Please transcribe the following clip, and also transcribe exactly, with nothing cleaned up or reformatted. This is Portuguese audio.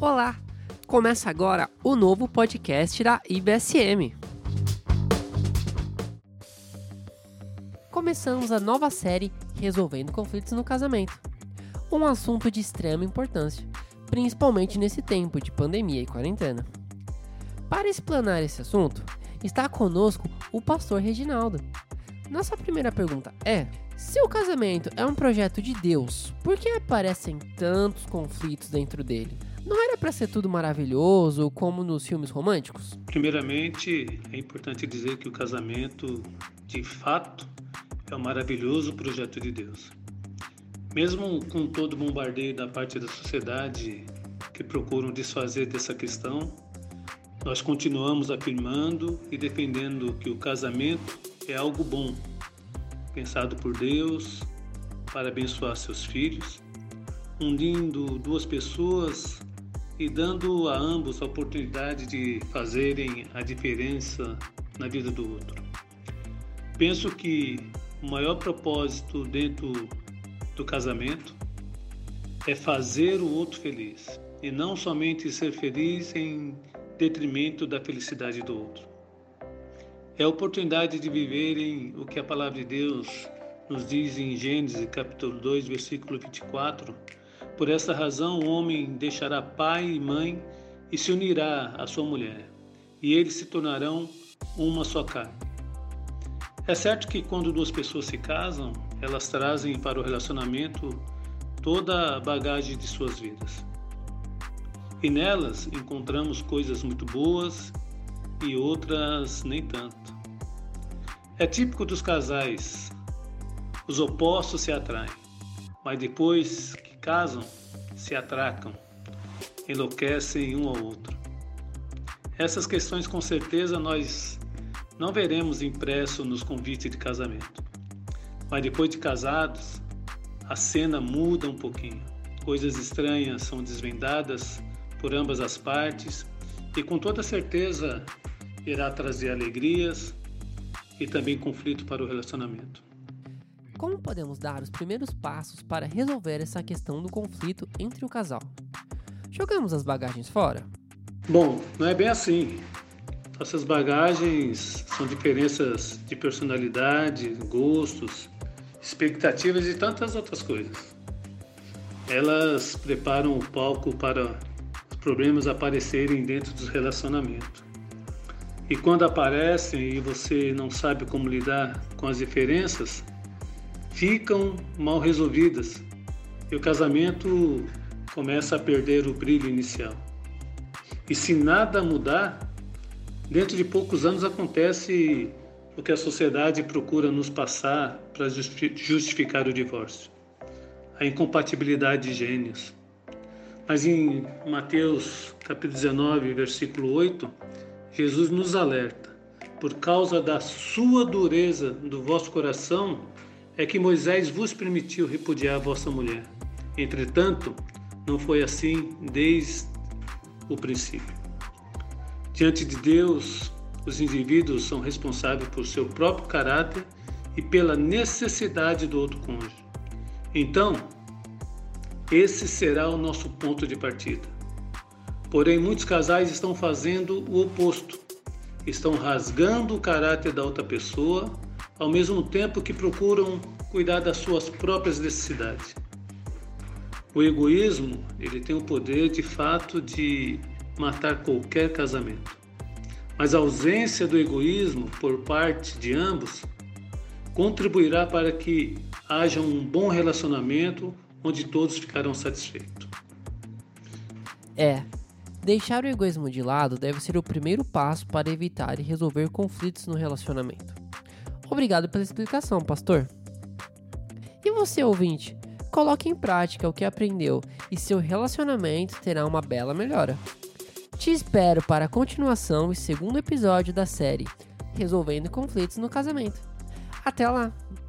Olá! Começa agora o novo podcast da I B S M. Começamos a nova série Resolvendo Conflitos no Casamento. Um assunto de extrema importância, principalmente nesse tempo de pandemia e quarentena. Para explanar esse assunto, está conosco o pastor Reginaldo. Nossa primeira pergunta é: se o casamento é um projeto de Deus, por que aparecem tantos conflitos dentro dele? Não era para ser tudo maravilhoso, como nos filmes românticos? Primeiramente, é importante dizer que o casamento, de fato, é um maravilhoso projeto de Deus. Mesmo com todo o bombardeio da parte da sociedade que procuram desfazer dessa questão, nós continuamos afirmando e defendendo que o casamento é algo bom, pensado por Deus para abençoar seus filhos, unindo duas pessoas e dando a ambos a oportunidade de fazerem a diferença na vida do outro. Penso que o maior propósito dentro do casamento é fazer o outro feliz e não somente ser feliz em detrimento da felicidade do outro. É a oportunidade de viverem o que a palavra de Deus nos diz em Gênesis capítulo dois, versículo vinte e quatro. Por essa razão o homem deixará pai e mãe e se unirá à sua mulher, e eles se tornarão uma só carne. É certo que quando duas pessoas se casam, elas trazem para o relacionamento toda a bagagem de suas vidas. E nelas encontramos coisas muito boas e outras nem tanto. É típico dos casais, os opostos se atraem, mas depois que casam, se atracam, enlouquecem um ao outro. Essas questões com certeza nós não veremos impresso nos convites de casamento. Mas depois de casados, a cena muda um pouquinho. Coisas estranhas são desvendadas por ambas as partes e com toda certeza irá trazer alegrias e também conflito para o relacionamento. Como podemos dar os primeiros passos para resolver essa questão do conflito entre o casal? Jogamos as bagagens fora? Bom, não é bem assim. Essas bagagens são diferenças de personalidade, gostos, expectativas e tantas outras coisas. Elas preparam o palco para os problemas aparecerem dentro dos relacionamentos. E quando aparecem e você não sabe como lidar com as diferenças, ficam mal resolvidas e o casamento começa a perder o brilho inicial. E se nada mudar, dentro de poucos anos acontece o que a sociedade procura nos passar para justificar o divórcio: a incompatibilidade de gênios. Mas em Mateus capítulo dezenove, versículo oito, Jesus nos alerta: por causa da sua dureza do vosso coração é que Moisés vos permitiu repudiar a vossa mulher. Entretanto, não foi assim desde o princípio. Diante de Deus, os indivíduos são responsáveis por seu próprio caráter e pela necessidade do outro cônjuge. Então, esse será o nosso ponto de partida. Porém, muitos casais estão fazendo o oposto. Estão rasgando o caráter da outra pessoa, ao mesmo tempo que procuram cuidar das suas próprias necessidades. O egoísmo, ele tem o poder, de fato, de matar qualquer casamento. Mas a ausência do egoísmo por parte de ambos contribuirá para que haja um bom relacionamento onde todos ficarão satisfeitos. É, deixar o egoísmo de lado deve ser o primeiro passo para evitar e resolver conflitos no relacionamento. Obrigado pela explicação, pastor. E você, ouvinte, coloque em prática o que aprendeu e seu relacionamento terá uma bela melhora. Te espero para a continuação e segundo episódio da série Resolvendo Conflitos no Casamento. Até lá!